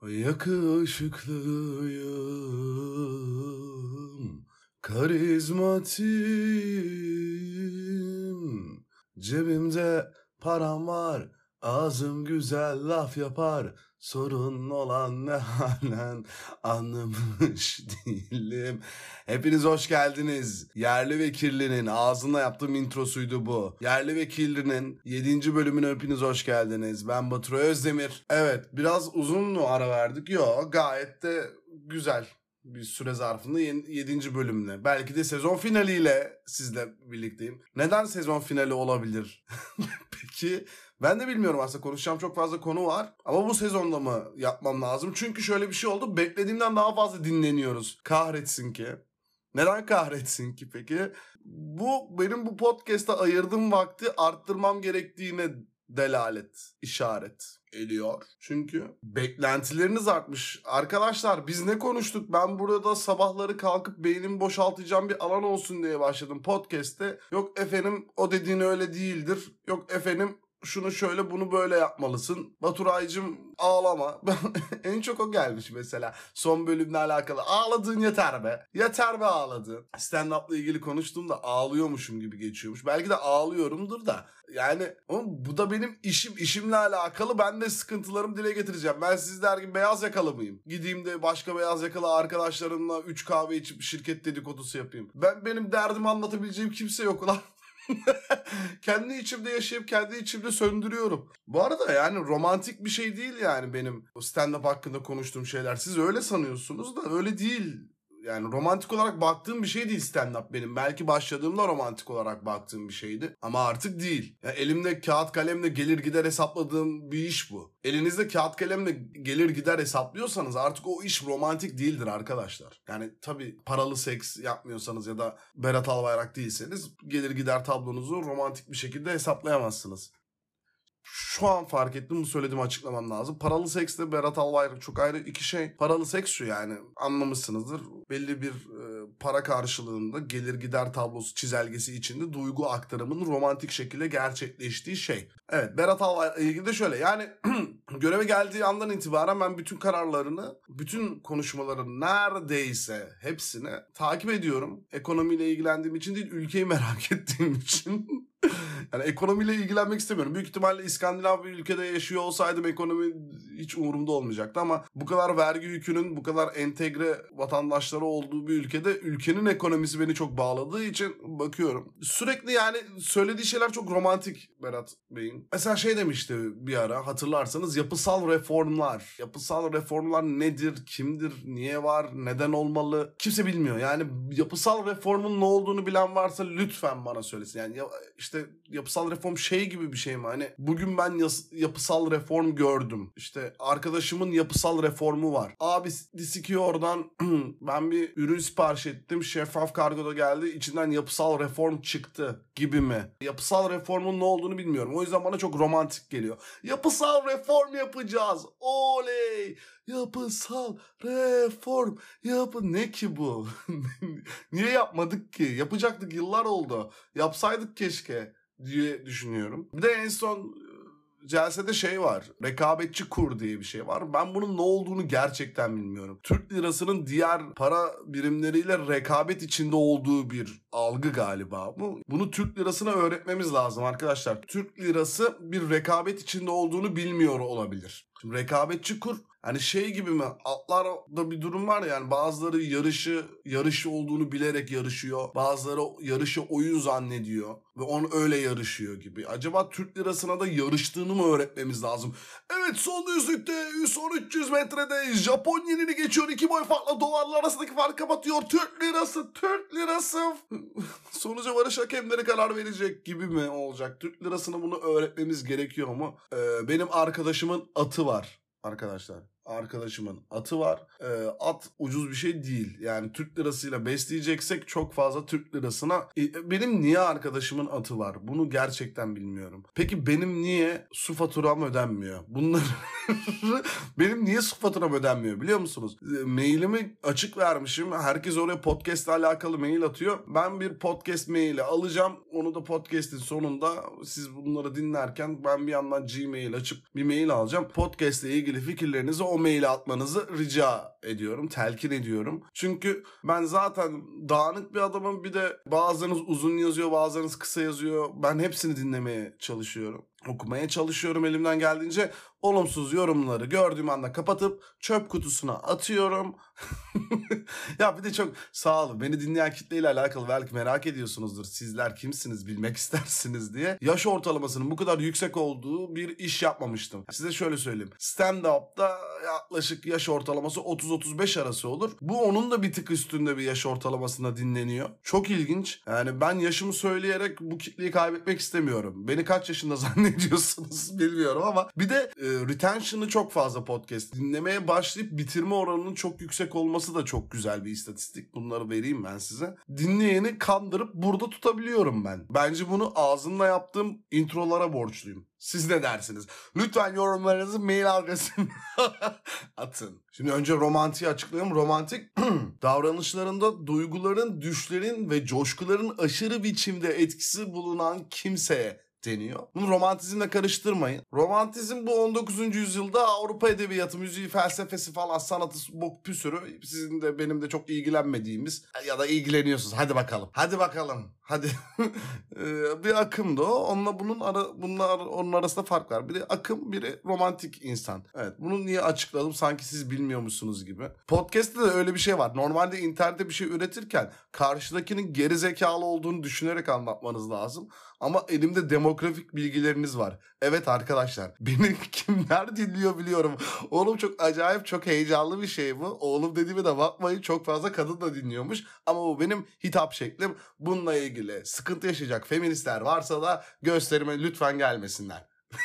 Yakışıklıyım, karizmatiyim, cebimde param var, ağzım güzel laf yapar, sorun olan ne halen anlamış değilim. Hepiniz hoş geldiniz. Yerli ve Kirli'nin ağzına yaptığım introsuydu bu. Yerli ve Kirli'nin 7. bölümüne hepiniz hoş geldiniz. Ben Batur Özdemir. Evet, biraz uzun mu ara verdik? Yok, gayet de güzel bir süre zarfında 7. bölümle. Belki de sezon finaliyle sizle birlikteyim. Neden sezon finali olabilir? Peki ben de bilmiyorum, aslında konuşacağım çok fazla konu var. Ama bu sezonda mı yapmam lazım? Çünkü şöyle bir şey oldu. Beklediğimden daha fazla dinleniyoruz. Kahretsin ki. Neden kahretsin ki peki? Benim bu podcast'a ayırdığım vakti arttırmam gerektiğine delalet, işaret ediyor. Çünkü beklentileriniz artmış. Arkadaşlar biz ne konuştuk? Ben burada sabahları kalkıp beynimi boşaltacağım bir alan olsun diye başladım podcast'te. Yok efendim o dediğin öyle değildir. Yok efendim şunu şöyle bunu böyle yapmalısın. Baturaycığım ağlama. En çok o gelmiş mesela. Son bölümle alakalı. Ağladığın yeter be. Yeter be ağladığın. Stand-up'la ilgili konuştuğumda ağlıyormuşum gibi geçiyormuş. Belki de ağlıyorumdur da. Yani bu da benim işim. İşimle alakalı ben de sıkıntılarımı dile getireceğim. Ben sizler gibi beyaz yakalı mıyım? Gideyim de başka beyaz yakalı arkadaşlarımla 3 kahve içip şirket dedikodusu yapayım. Benim derdimi anlatabileceğim kimse yok lan. Kendi içimde yaşayıp kendi içimde söndürüyorum. Bu arada yani romantik bir şey değil yani benim stand-up hakkında konuştuğum şeyler. Siz öyle sanıyorsunuz da öyle değil. Yani romantik olarak baktığım bir şey değil stand-up benim. Belki başladığımda romantik olarak baktığım bir şeydi. Ama artık değil. Yani elimde kağıt kalemle gelir gider hesapladığım bir iş bu. Elinizde kağıt kalemle gelir gider hesaplıyorsanız artık o iş romantik değildir arkadaşlar. Yani tabii paralı seks yapmıyorsanız ya da Berat Albayrak değilseniz gelir gider tablonuzu romantik bir şekilde hesaplayamazsınız. Şu an fark ettim, bu söylediğimi açıklamam lazım. Paralı seksle Berat Albayrak çok ayrı iki şey. Paralı seks şu, yani anlamışsınızdır. Belli bir para karşılığında gelir gider tablosu çizelgesi içinde duygu aktarımının romantik şekilde gerçekleştiği şey. Evet, Berat Albayrak'la ilgili de şöyle yani göreve geldiği andan itibaren ben bütün kararlarını, bütün konuşmalarını neredeyse hepsini takip ediyorum. Ekonomiyle ilgilendiğim için değil, ülkeyi merak ettiğim için. Yani ekonomiyle ilgilenmek istemiyorum. Büyük ihtimalle İskandinav bir ülkede yaşıyor olsaydım ekonomi hiç umurumda olmayacaktı ama bu kadar vergi yükünün bu kadar entegre vatandaşları olduğu bir ülkede ülkenin ekonomisi beni çok bağladığı için bakıyorum. Sürekli yani söylediği şeyler çok romantik Berat Bey'in. Mesela şey demişti bir ara, hatırlarsanız, yapısal reformlar. Yapısal reformlar nedir, kimdir, niye var, neden olmalı? Kimse bilmiyor. Yani yapısal reformun ne olduğunu bilen varsa lütfen bana söylesin. Yani işte yapısal reform şey gibi bir şey mi? Hani bugün ben yapısal reform gördüm. İşte arkadaşımın yapısal reformu var. Abi sikiyor oradan ben bir ürün sipariş ettim. Şeffaf kargoda geldi. İçinden yapısal reform çıktı gibi mi? Yapısal reformun ne olduğunu bilmiyorum. O yüzden bana çok romantik geliyor. Yapısal reform yapacağız. Oley! Yapısal reform. Ne ki bu? Niye yapmadık ki? Yapacaktık, yıllar oldu. Yapsaydık keşke diye düşünüyorum. Bir de en son celsede şey var. Rekabetçi kur diye bir şey var. Ben bunun ne olduğunu gerçekten bilmiyorum. Türk lirasının diğer para birimleriyle rekabet içinde olduğu bir algı galiba bu. Bunu Türk lirasına öğretmemiz lazım arkadaşlar. Türk lirası bir rekabet içinde olduğunu bilmiyor olabilir. Şimdi rekabetçi kur hani şey gibi mi? Atlarda bir durum var ya, yani bazıları yarışı olduğunu bilerek yarışıyor. Bazıları yarışı oyun zannediyor ve onu öyle yarışıyor gibi. Acaba Türk lirasına da yarıştığını mı öğretmemiz lazım? Evet, son yüzlükte son 300 metrede Japon yenini geçiyor. 2 boy farkla dolarlar arasındaki farkı kapatıyor. Türk lirası. Sonuca varış hakemleri karar verecek gibi mi olacak? Türk lirasına bunu öğretmemiz gerekiyor mu? Benim arkadaşımın atı var arkadaşlar. Arkadaşımın atı var. At ucuz bir şey değil. Yani Türk lirasıyla besleyeceksek çok fazla Türk lirasına. Benim niye arkadaşımın atı var? Bunu gerçekten bilmiyorum. Peki benim niye su faturam ödenmiyor? Bunları Benim niye su faturam ödenmiyor biliyor musunuz? Mailimi açık vermişim. Herkes oraya podcast ile alakalı mail atıyor. Ben bir podcast maili alacağım. Onu da podcast'in sonunda siz bunları dinlerken ben bir yandan Gmail açıp bir mail alacağım. Podcast ile ilgili fikirlerinizi o maile atmanızı rica ediyorum. Telkin ediyorum. Çünkü ben zaten dağınık bir adamım. Bir de bazılarınız uzun yazıyor, bazılarınız kısa yazıyor. Ben hepsini dinlemeye çalışıyorum. Okumaya çalışıyorum elimden geldiğince. Olumsuz yorumları gördüğüm anda kapatıp çöp kutusuna atıyorum. Ya bir de çok sağ olun. Beni dinleyen kitleyle alakalı belki merak ediyorsunuzdur. Sizler kimsiniz bilmek istersiniz diye. Yaş ortalamasının bu kadar yüksek olduğu bir iş yapmamıştım. Size şöyle söyleyeyim. Stand-up'ta yaklaşık yaş ortalaması 30-35 arası olur. Bu onun da bir tık üstünde bir yaş ortalamasında dinleniyor. Çok ilginç. Yani ben yaşımı söyleyerek bu kitleyi kaybetmek istemiyorum. Beni kaç yaşında zannediyorsunuz bilmiyorum ama bir de retention'ı çok fazla podcast. Dinlemeye başlayıp bitirme oranının çok yüksek olması da çok güzel bir istatistik. Bunları vereyim ben size. Dinleyeni kandırıp burada tutabiliyorum ben. Bence bunu ağzımla yaptığım introlara borçluyum. Siz ne dersiniz? Lütfen yorumlarınızı mail adresine atın. Şimdi önce romantiği açıklayayım. Romantik davranışlarında duyguların, düşlerin ve coşkuların aşırı biçimde etkisi bulunan kimseye deniyor. Bunu romantizmle karıştırmayın. Romantizm bu 19. yüzyılda Avrupa edebiyatı, müziği, felsefesi falan sanatı bok püsürü. Sizin de benim de çok ilgilenmediğimiz ya da ilgileniyorsunuz. Hadi bakalım. Hadi bakalım. Hadi. Bir akımdı o. Onunla onun arasında fark var. Biri akım, biri romantik insan. Evet. Bunu niye açıkladım? Sanki siz bilmiyormuşsunuz gibi. Podcast'te de öyle bir şey var. Normalde internette bir şey üretirken karşıdakinin geri zekalı olduğunu düşünerek anlatmanız lazım. Ama elimde demografik bilgileriniz var. Evet arkadaşlar, beni kimler dinliyor biliyorum. Oğlum çok acayip, çok heyecanlı bir şey bu. Oğlum dediğime de bakmayın, çok fazla kadın da dinliyormuş. Ama bu benim hitap şeklim. Bununla ilgili sıkıntı yaşayacak feministler varsa da gösterime lütfen gelmesinler.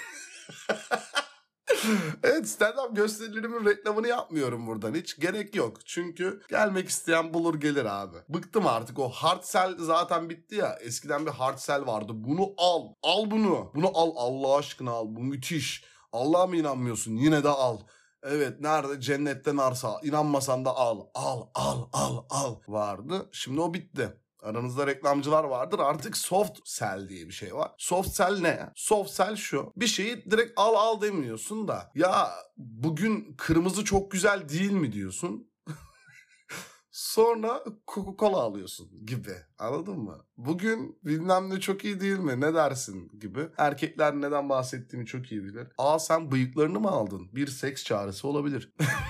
Evet, stand-up gösterilerimin reklamını yapmıyorum buradan. Hiç gerek yok. Çünkü gelmek isteyen bulur gelir abi. Bıktım artık. O hard sell zaten bitti ya. Eskiden bir hard sell vardı. Bunu al. Al bunu. Bunu al. Allah aşkına al. Bu müthiş. Allah'a mı inanmıyorsun? Yine de al. Evet, nerede? Cennetten arsa. İnanmasan da al. Al, al, al, al vardı. Şimdi o bitti. Aranızda reklamcılar vardır. Artık soft sell diye bir şey var. Soft sell ne? Soft sell şu. Bir şeyi direkt al al demiyorsun da. Ya bugün kırmızı çok güzel değil mi diyorsun. Sonra Coca-Cola alıyorsun gibi. Anladın mı? Bugün bilmem ne çok iyi değil mi? Ne dersin gibi. Erkekler neden bahsettiğimi çok iyi bilir. Aa, sen bıyıklarını mı aldın? Bir seks çağrısı olabilir.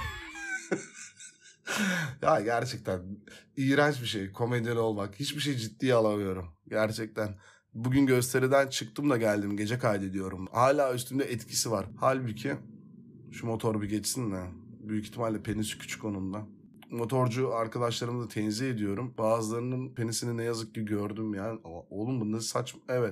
Ya gerçekten iğrenç bir şey komedyen olmak. Hiçbir şey ciddiye alamıyorum. Gerçekten. Bugün gösteriden çıktım da geldim. Gece kaydediyorum. Hala üstümde etkisi var. Halbuki şu motor bir geçsin de. Büyük ihtimalle penisi küçük onun da. Motorcu arkadaşlarımı da tenzih ediyorum. Bazılarının penisini ne yazık ki gördüm yani. Oğlum bu ne saçma. Evet.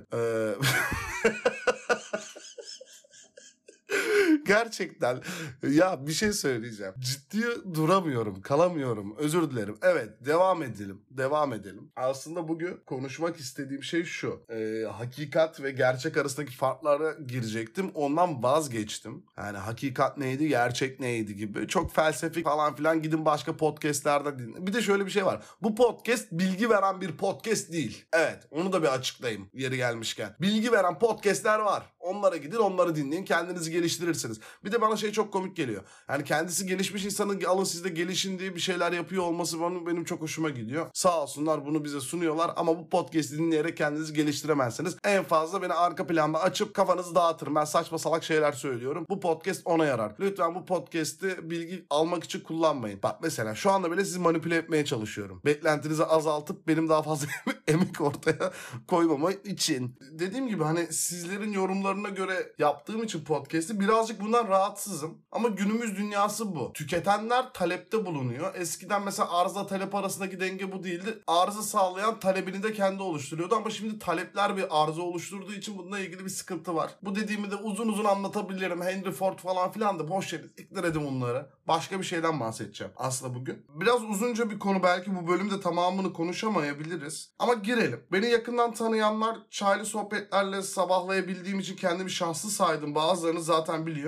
Gerçekten ya bir şey söyleyeceğim. Ciddi duramıyorum, kalamıyorum. Özür dilerim. Evet, devam edelim. Aslında bugün konuşmak istediğim şey şu. Hakikat ve gerçek arasındaki farklara girecektim. Ondan vazgeçtim. Yani hakikat neydi, gerçek neydi gibi. Çok felsefik falan filan, gidin başka podcastlerde dinleyin. Bir de şöyle bir şey var. Bu podcast bilgi veren bir podcast değil. Evet, onu da bir açıklayayım yeri gelmişken. Bilgi veren podcastler var. Onlara gidin, onları dinleyin. Kendinizi geliştirirsiniz. Bir de bana şey çok komik geliyor. Yani kendisi gelişmiş insanın alın siz de gelişin diye bir şeyler yapıyor olması benim çok hoşuma gidiyor. Sağ olsunlar bunu bize sunuyorlar ama bu podcast'i dinleyerek kendinizi geliştiremezsiniz. En fazla beni arka planda açıp kafanızı dağıtırım. Ben saçma salak şeyler söylüyorum. Bu podcast ona yarar. Lütfen bu podcast'i bilgi almak için kullanmayın. Bak mesela şu anda bile sizi manipüle etmeye çalışıyorum. Beklentinizi azaltıp benim daha fazla emek ortaya koymama için. Dediğim gibi hani sizlerin yorumlarına göre yaptığım için podcast'i birazcık bundan rahatsızım. Ama günümüz dünyası bu. Tüketenler talepte bulunuyor. Eskiden mesela arzla talep arasındaki denge bu değildi. Arzı sağlayan talebini de kendi oluşturuyordu ama şimdi talepler bir arzı oluşturduğu için bununla ilgili bir sıkıntı var. Bu dediğimi de uzun uzun anlatabilirim. Henry Ford falan filan da boş verin. İkrar edin bunları. Başka bir şeyden bahsedeceğim aslında bugün. Biraz uzunca bir konu, belki bu bölümde tamamını konuşamayabiliriz. Ama girelim. Beni yakından tanıyanlar çaylı sohbetlerle sabahlayabildiğim için kendimi şanslı saydım. Bazılarınız zaten biliyor.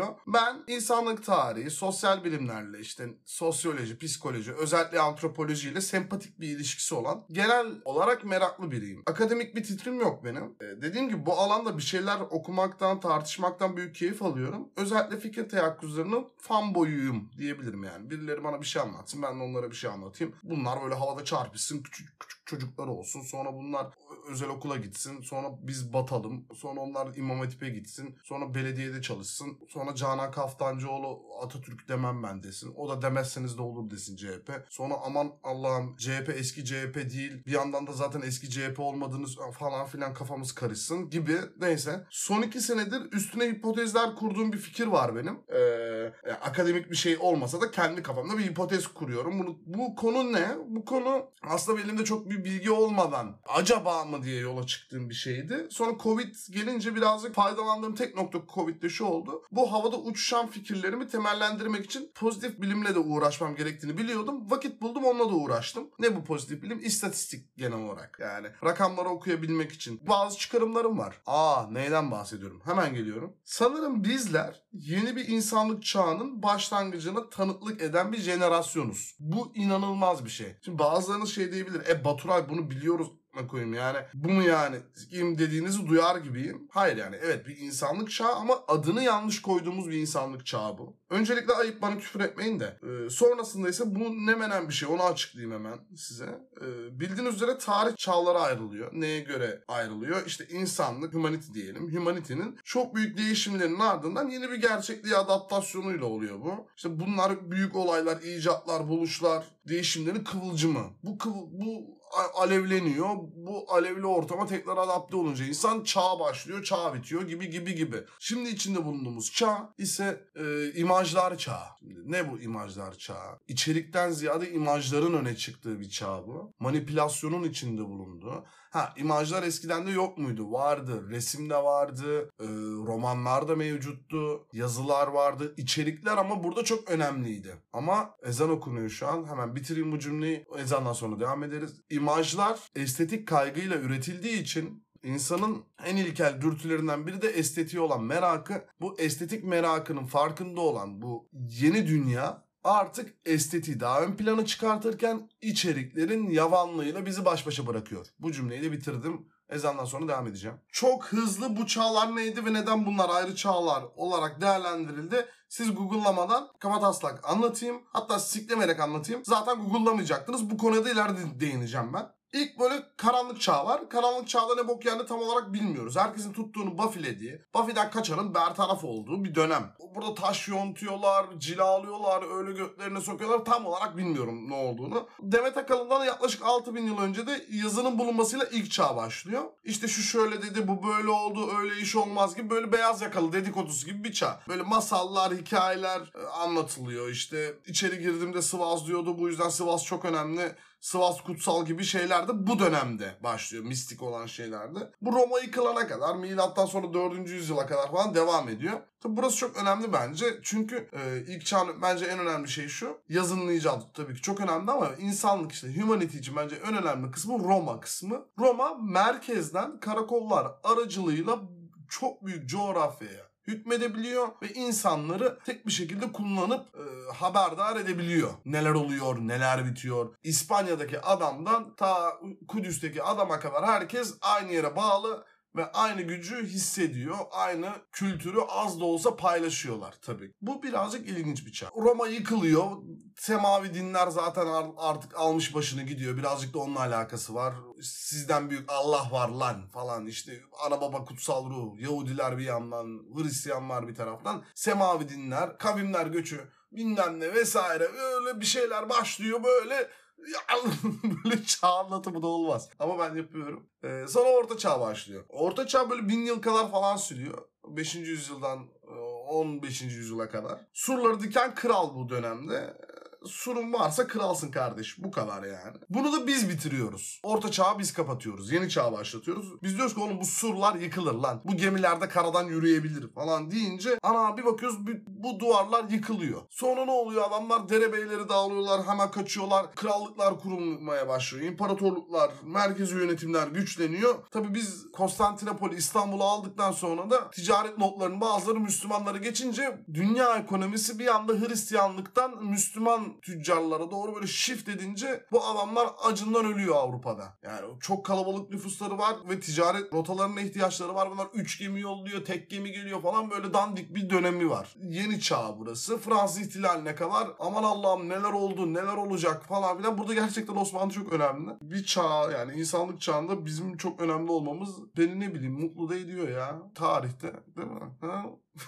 oluyor. Ben insanlık tarihi, sosyal bilimlerle işte sosyoloji, psikoloji, özellikle antropolojiyle sempatik bir ilişkisi olan genel olarak meraklı biriyim. Akademik bir titrim yok benim. Dediğim gibi bu alanda bir şeyler okumaktan, tartışmaktan büyük keyif alıyorum. Özellikle fikir teyakkuzlarının fanboyuyum diyebilirim yani. Birileri bana bir şey anlatsın, ben de onlara bir şey anlatayım. Bunlar böyle havada çarpışsın, küçük çocuklar olsun. Sonra bunlar özel okula gitsin. Sonra biz batalım. Sonra onlar İmam Hatip'e gitsin. Sonra belediyede çalışsın. Sonra Canan Kaftancıoğlu Atatürk demem ben desin. O da demezseniz de olur desin CHP. Sonra aman Allah'ım CHP eski CHP değil. Bir yandan da zaten eski CHP olmadığınız falan filan kafamız karışsın gibi. Neyse. Son 2 senedir üstüne hipotezler kurduğum bir fikir var benim. Akademik bir şey olmasa da kendi kafamda bir hipotez kuruyorum. Bu konu ne? Bu konu aslında elimde çok bir bilgi olmadan acaba mı diye yola çıktığım bir şeydi. Sonra Covid gelince birazcık faydalandığım tek nokta Covid'de şu oldu. Bu havada uçuşan fikirlerimi temellendirmek için pozitif bilimle de uğraşmam gerektiğini biliyordum. Vakit buldum, onunla da uğraştım. Ne bu pozitif bilim? İstatistik genel olarak. Yani rakamları okuyabilmek için. Bazı çıkarımlarım var. Neyden bahsediyorum? Hemen geliyorum. Sanırım bizler yeni bir insanlık çağının başlangıcına tanıklık eden bir jenerasyonuz. Bu inanılmaz bir şey. Şimdi bazılarınız şey diyebilir. Baturay bunu biliyoruz koyayım yani. Bu mu yani? Kim dediğinizi duyar gibiyim. Hayır yani. Evet bir insanlık çağı ama adını yanlış koyduğumuz bir insanlık çağı bu. Öncelikle ayıp bana küfür etmeyin de. Sonrasında ise bu ne menen bir şey. Onu açıklayayım hemen size. Bildiğiniz üzere tarih çağlara ayrılıyor. Neye göre ayrılıyor? İşte insanlık, humanity diyelim. Humanity'nin çok büyük değişimlerinin ardından yeni bir gerçekliğe adaptasyonuyla oluyor bu. İşte bunlar büyük olaylar, icatlar, buluşlar, değişimlerin kıvılcımı. Bu alevleniyor. Bu alevli ortama tekrar adapte olunca insan çağ başlıyor, çağ bitiyor gibi. Şimdi içinde bulunduğumuz çağ ise imajlar çağı. Şimdi ne bu imajlar çağı? İçerikten ziyade imajların öne çıktığı bir çağ bu. Manipülasyonun içinde bulunduğu. İmajlar eskiden de yok muydu? Vardı. Resimde vardı. Romanlar da mevcuttu. Yazılar vardı. İçerikler ama burada çok önemliydi. Ama ezan okunuyor şu an. Hemen bitireyim bu cümleyi. Ezandan sonra devam ederiz. İmajlar estetik kaygıyla üretildiği için İnsanın en ilkel dürtülerinden biri de estetiğe olan merakı. Bu estetik merakının farkında olan bu yeni dünya artık estetiği daha ön plana çıkartırken içeriklerin yavanlığıyla bizi baş başa bırakıyor. Bu cümleyi de bitirdim. Ezandan sonra devam edeceğim. Çok hızlı bu çağlar neydi ve neden bunlar ayrı çağlar olarak değerlendirildi? Siz Google'lamadan kafataslak anlatayım. Hatta siklemerek anlatayım. Zaten Google'lamayacaktınız. Bu konuya da ileride değineceğim ben. İlk böyle karanlık çağ var. Karanlık çağda ne bok yani tam olarak bilmiyoruz. Herkesin tuttuğunu Buffy'lediği, Buffy'den kaçanın bertaraf olduğu bir dönem. Burada taş yontuyorlar, cilalıyorlar, öyle götlerine sokuyorlar. Tam olarak bilmiyorum ne olduğunu. Demet Akalın'dan yaklaşık 6000 yıl önce de yazının bulunmasıyla ilk çağ başlıyor. İşte şu şöyle dedi, bu böyle oldu, öyle iş olmaz gibi böyle beyaz yakalı dedikodusu gibi bir çağ. Böyle masallar, hikayeler anlatılıyor. İşte içeri girdiğimde Sivas diyordu, bu yüzden Sivas çok önemli. Sivas kutsal gibi şeyler de bu dönemde başlıyor. Mistik olan şeylerde. Bu Roma yıkılana kadar, milattan sonra 4. yüzyıla kadar falan devam ediyor. Tabi burası çok önemli bence. Çünkü ilk çağın bence en önemli şey şu. Yazının icadı tabii ki çok önemli ama insanlık işte humanity için bence en önemli kısmı Roma kısmı. Roma merkezden karakollar aracılığıyla çok büyük coğrafyaya hükmedebiliyor ve insanları tek bir şekilde kullanıp haberdar edebiliyor. Neler oluyor, neler bitiyor. İspanya'daki adamdan ta Kudüs'teki adama kadar herkes aynı yere bağlı ve aynı gücü hissediyor. Aynı kültürü az da olsa paylaşıyorlar tabii. Bu birazcık ilginç bir çağ. Roma yıkılıyor. Semavi dinler zaten artık almış başını gidiyor. Birazcık da onunla alakası var. Sizden büyük Allah var lan falan işte ana baba kutsal ruh. Yahudiler bir yandan, Hristiyanlar bir taraftan. Semavi dinler, kavimler göçü bilmem ne vesaire öyle bir şeyler başlıyor böyle. Böyle çağ anlatımı da olmaz. Ama ben yapıyorum. Sonra Orta Çağ başlıyor. Orta Çağ böyle 1000 yıl kadar falan sürüyor. 5. yüzyıldan 15. yüzyıla kadar. Surları diken kral bu dönemde. surun varsa kralsın kardeş. Bu kadar yani. Bunu da biz bitiriyoruz. Orta çağı biz kapatıyoruz. Yeni çağı başlatıyoruz. Biz diyoruz ki oğlum bu surlar yıkılır lan. Bu gemilerde karadan yürüyebilir falan deyince ana bir bakıyoruz bu duvarlar yıkılıyor. Sonra ne oluyor? Adamlar derebeyleri dağılıyorlar. Hemen kaçıyorlar. Krallıklar kurulmaya başlıyor. İmparatorluklar, merkezi yönetimler güçleniyor. Tabii biz Konstantinopol, İstanbul'u aldıktan sonra da ticaret notlarının bazıları Müslümanlara geçince dünya ekonomisi bir anda Hristiyanlıktan Müslüman tüccarlara doğru böyle shift edince bu adamlar acından ölüyor Avrupa'da. Yani çok kalabalık nüfusları var ve ticaret rotalarına ihtiyaçları var. Bunlar 3 gemi yolluyor, tek gemi geliyor falan, böyle dandik bir dönemi var. Yeni çağ burası. Fransız ihtilaline kadar aman Allah'ım neler oldu, neler olacak falan filan. Burada gerçekten Osmanlı çok önemli. Bir çağ, yani insanlık çağında bizim çok önemli olmamız beni ne bileyim mutlu da ediyor ya. Tarihte değil mi? Ha?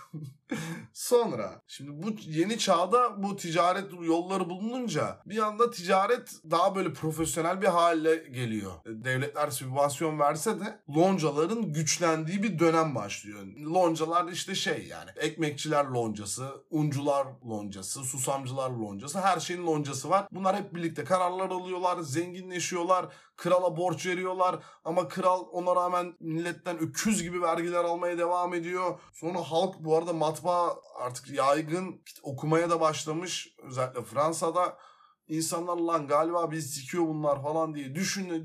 Sonra şimdi bu yeni çağda bu ticaret yolları bulununca bir anda ticaret daha böyle profesyonel bir hale geliyor. Devletler sübvansiyon verse de loncaların güçlendiği bir dönem başlıyor. Loncalar işte yani ekmekçiler loncası, uncular loncası, susamcılar loncası, her şeyin loncası var. Bunlar hep birlikte kararlar alıyorlar, zenginleşiyorlar, krala borç veriyorlar ama kral ona rağmen milletten öküz gibi vergiler almaya devam ediyor. Sonra halk bu arada matbaa artık yaygın, okumaya da başlamış. Özellikle Fransa'da insanlar lan galiba biz sikiyor bunlar falan diye düşüne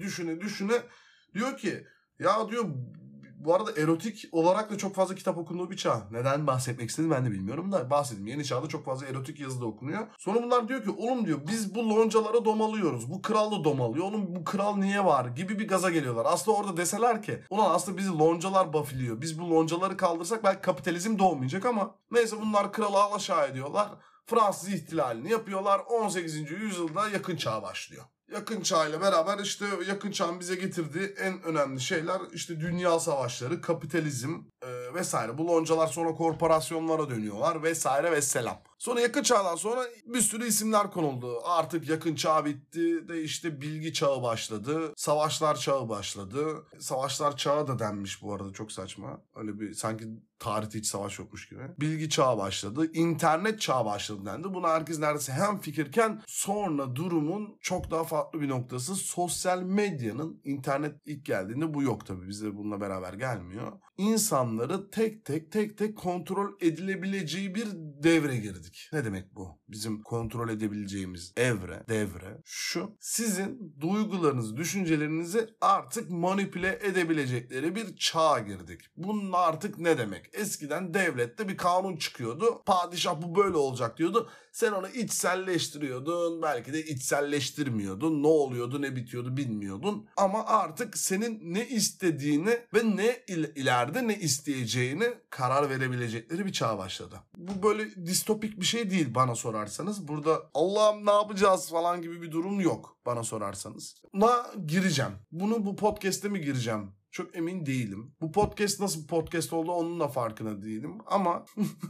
diyor ki ya diyor bu arada erotik olarak da çok fazla kitap okunduğu bir çağ. Neden bahsetmek istedim ben de bilmiyorum da bahsedeyim. Yeni çağda çok fazla erotik yazı da okunuyor. Sonra bunlar diyor ki oğlum diyor biz bu loncalara domalıyoruz. Bu kral da domalıyor. Oğlum bu kral niye var gibi bir gaza geliyorlar. Aslında orada deseler ki ulan aslında bizi loncalar buffiliyor. Biz bu loncaları kaldırsak belki kapitalizm doğmayacak ama neyse bunlar kralı alaşağı ediyorlar. Fransız ihtilalini yapıyorlar. 18. yüzyılda yakın çağ başlıyor. Yakın çağ ile beraber işte yakın çağın bize getirdiği en önemli şeyler işte dünya savaşları, kapitalizm vesaire. Bu loncalar sonra korporasyonlara dönüyorlar vesaire ve selam. Sonra yakın çağdan sonra bir sürü isimler konuldu. Artık yakın çağ bitti de işte bilgi çağı başladı. Savaşlar çağı başladı. Savaşlar çağı da denmiş bu arada, çok saçma. Öyle bir sanki tarihte hiç savaş yokmuş gibi. Bilgi çağı başladı. İnternet çağı başladı dendi. Buna herkes neredeyse hemfikirken sonra durumun çok daha farklı bir noktası. Sosyal medyanın, internet ilk geldiğinde bu yok tabii. Bize bununla beraber gelmiyor. İnsanları tek tek kontrol edilebileceği bir devre girdik. Ne demek bu? Bizim kontrol edebileceğimiz devre şu. Sizin duygularınızı, düşüncelerinizi artık manipüle edebilecekleri bir çağa girdik. Bunun artık ne demek? Eskiden devlette bir kanun çıkıyordu. Padişah bu böyle olacak diyordu. Sen onu içselleştiriyordun. Belki de içselleştirmiyordun. Ne oluyordu, ne bitiyordu bilmiyordun. Ama artık senin ne istediğini ve ne ileride ne isteyeceğini karar verebilecekleri bir çağ başladı. Bu böyle distopik bir şey değil bana sorarsanız. Burada Allah'ım ne yapacağız falan gibi bir durum yok bana sorarsanız. Buna gireceğim. Bu podcast'te mi gireceğim? Çok emin değilim. Bu podcast nasıl bir podcast oldu onun da farkında değilim. Ama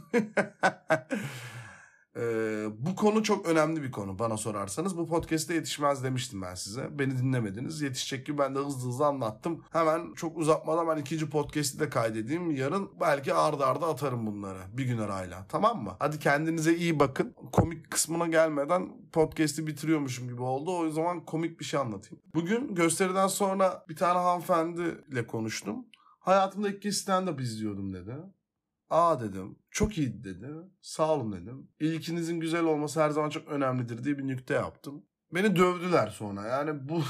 bu konu çok önemli bir konu bana sorarsanız. Bu podcast'te yetişmez demiştim ben size. Beni dinlemediniz. Yetişecek gibi ben de hızlı anlattım. Hemen çok uzatmadan ben ikinci podcast'i de kaydedeyim. Yarın belki arda atarım bunları. Bir gün arayla. Tamam mı? Hadi kendinize iyi bakın. Komik kısmına gelmeden podcast'i bitiriyormuşum gibi oldu. O zaman komik bir şey anlatayım. Bugün gösteriden sonra bir tane hanımefendiyle konuştum. Hayatımda ilk kez stand-up izliyordum dedi. Aa dedim. Çok iyi dedi. Sağ olun dedim. İlkinizin güzel olması her zaman çok önemlidir diye bir nükte yaptım. Beni dövdüler sonra. Yani bu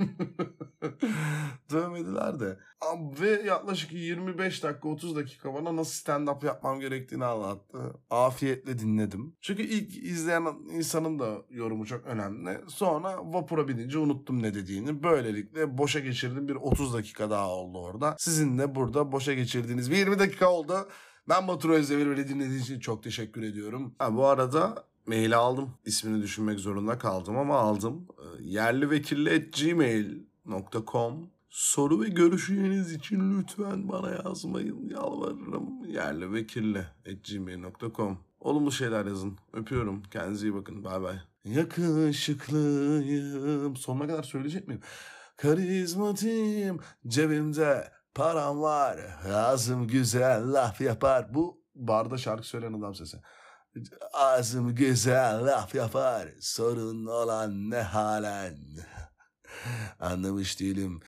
dövmediler de. Ve yaklaşık 25 dakika 30 dakika bana nasıl stand-up yapmam gerektiğini anlattı. Afiyetle dinledim. Çünkü ilk izleyen insanın da yorumu çok önemli. Sonra vapura binince unuttum ne dediğini. Böylelikle boşa geçirdiğim bir 30 dakika daha oldu orada. Sizin de burada boşa geçirdiğiniz bir 20 dakika oldu. Ben Batur Özdemir, beni dinlediğiniz için çok teşekkür ediyorum. Bu arada maili aldım. İsmini düşünmek zorunda kaldım ama aldım. yerlivekilli@gmail.com. Soru ve görüşleriniz için lütfen bana yazmayın. Yalvarırım. yerlivekilli@gmail.com. Olumlu şeyler yazın. Öpüyorum. Kendinize iyi bakın. Bay bay. Yakışıklıyım. Sonuna kadar söyleyecek miyim? Karizmatiyim. Cebimde param var. Ağzım güzel laf yapar. Bu barda şarkı söyleyen adam sesi. Ağzım güzel laf yapar, sorun olan ne halen. Anlamış değilim